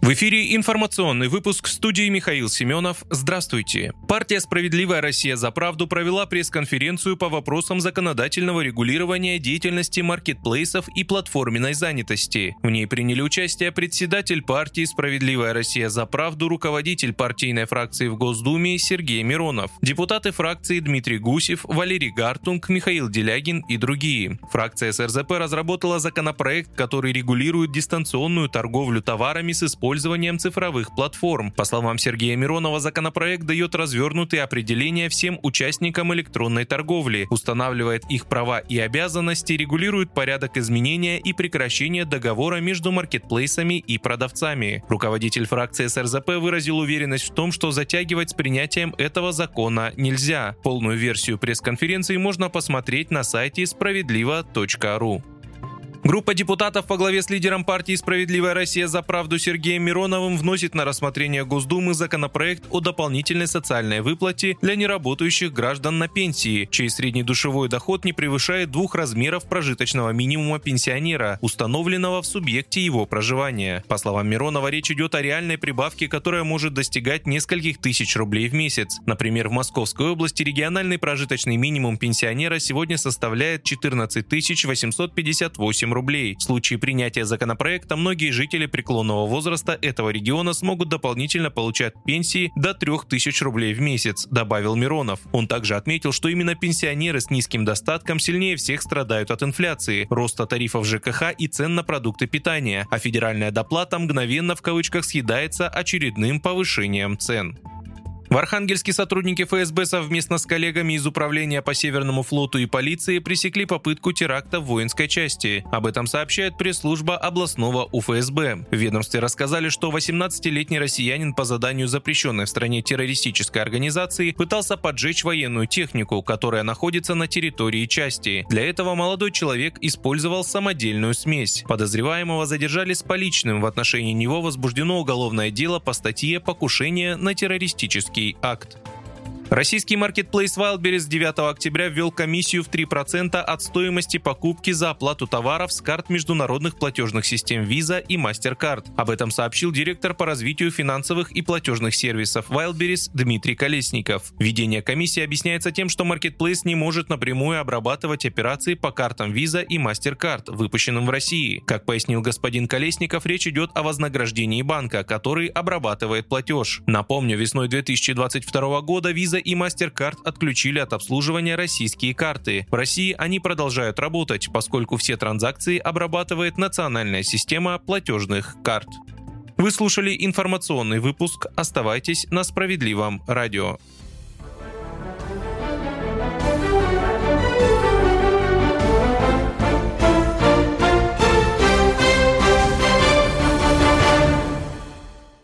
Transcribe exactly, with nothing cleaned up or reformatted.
В эфире информационный выпуск, в студии Михаил Семенов. Здравствуйте. Партия «Справедливая Россия за правду» провела пресс-конференцию по вопросам законодательного регулирования деятельности маркетплейсов и платформенной занятости. В ней приняли участие председатель партии «Справедливая Россия за правду», руководитель партийной фракции в Госдуме Сергей Миронов, депутаты фракции Дмитрий Гусев, Валерий Гартунг, Михаил Делягин и другие. Фракция эс эр зэ пэ разработала законопроект, который регулирует дистанционную торговлю товарами с использованием использованием цифровых платформ. По словам Сергея Миронова, законопроект дает развернутые определения всем участникам электронной торговли, устанавливает их права и обязанности, регулирует порядок изменения и прекращения договора между маркетплейсами и продавцами. Руководитель фракции эс эр зэ пэ выразил уверенность в том, что затягивать с принятием этого закона нельзя. Полную версию пресс-конференции можно посмотреть на сайте справедливо точка ру. Группа депутатов во главе с лидером партии «Справедливая Россия за правду» Сергеем Мироновым вносит на рассмотрение Госдумы законопроект о дополнительной социальной выплате для неработающих граждан на пенсии, чей средний душевой доход не превышает двух размеров прожиточного минимума пенсионера, установленного в субъекте его проживания. По словам Миронова, речь идет о реальной прибавке, которая может достигать нескольких тысяч рублей в месяц. Например, в Московской области региональный прожиточный минимум пенсионера сегодня составляет четырнадцать тысяч восемьсот пятьдесят восемь рублей. В случае принятия законопроекта многие жители преклонного возраста этого региона смогут дополнительно получать пенсии до трёх тысяч рублей в месяц, добавил Миронов. Он также отметил, что именно пенсионеры с низким достатком сильнее всех страдают от инфляции, роста тарифов жэ ка ха и цен на продукты питания, а федеральная доплата мгновенно в кавычках съедается очередным повышением цен. В Архангельске сотрудники эф эс бэ совместно с коллегами из Управления по Северному флоту и полиции пресекли попытку теракта в воинской части. Об этом сообщает пресс-служба областного у эф эс бэ. В ведомстве рассказали, что восемнадцатилетний россиянин по заданию запрещенной в стране террористической организации пытался поджечь военную технику, которая находится на территории части. Для этого молодой человек использовал самодельную смесь. Подозреваемого задержали с поличным. В отношении него возбуждено уголовное дело по статье «Покушение на террористический акт». Российский маркетплейс Wildberries девятого октября ввел комиссию в три процента от стоимости покупки за оплату товаров с карт международных платежных систем Visa и MasterCard. Об этом сообщил директор по развитию финансовых и платежных сервисов Wildberries Дмитрий Колесников. Введение комиссии объясняется тем, что маркетплейс не может напрямую обрабатывать операции по картам Visa и MasterCard, выпущенным в России. Как пояснил господин Колесников, речь идет о вознаграждении банка, который обрабатывает платеж. Напомню, весной две тысячи двадцать второго года Visa и MasterCard отключили от обслуживания российские карты. В России они продолжают работать, поскольку все транзакции обрабатывает национальная система платежных карт. Вы слушали информационный выпуск. Оставайтесь на Справедливом радио.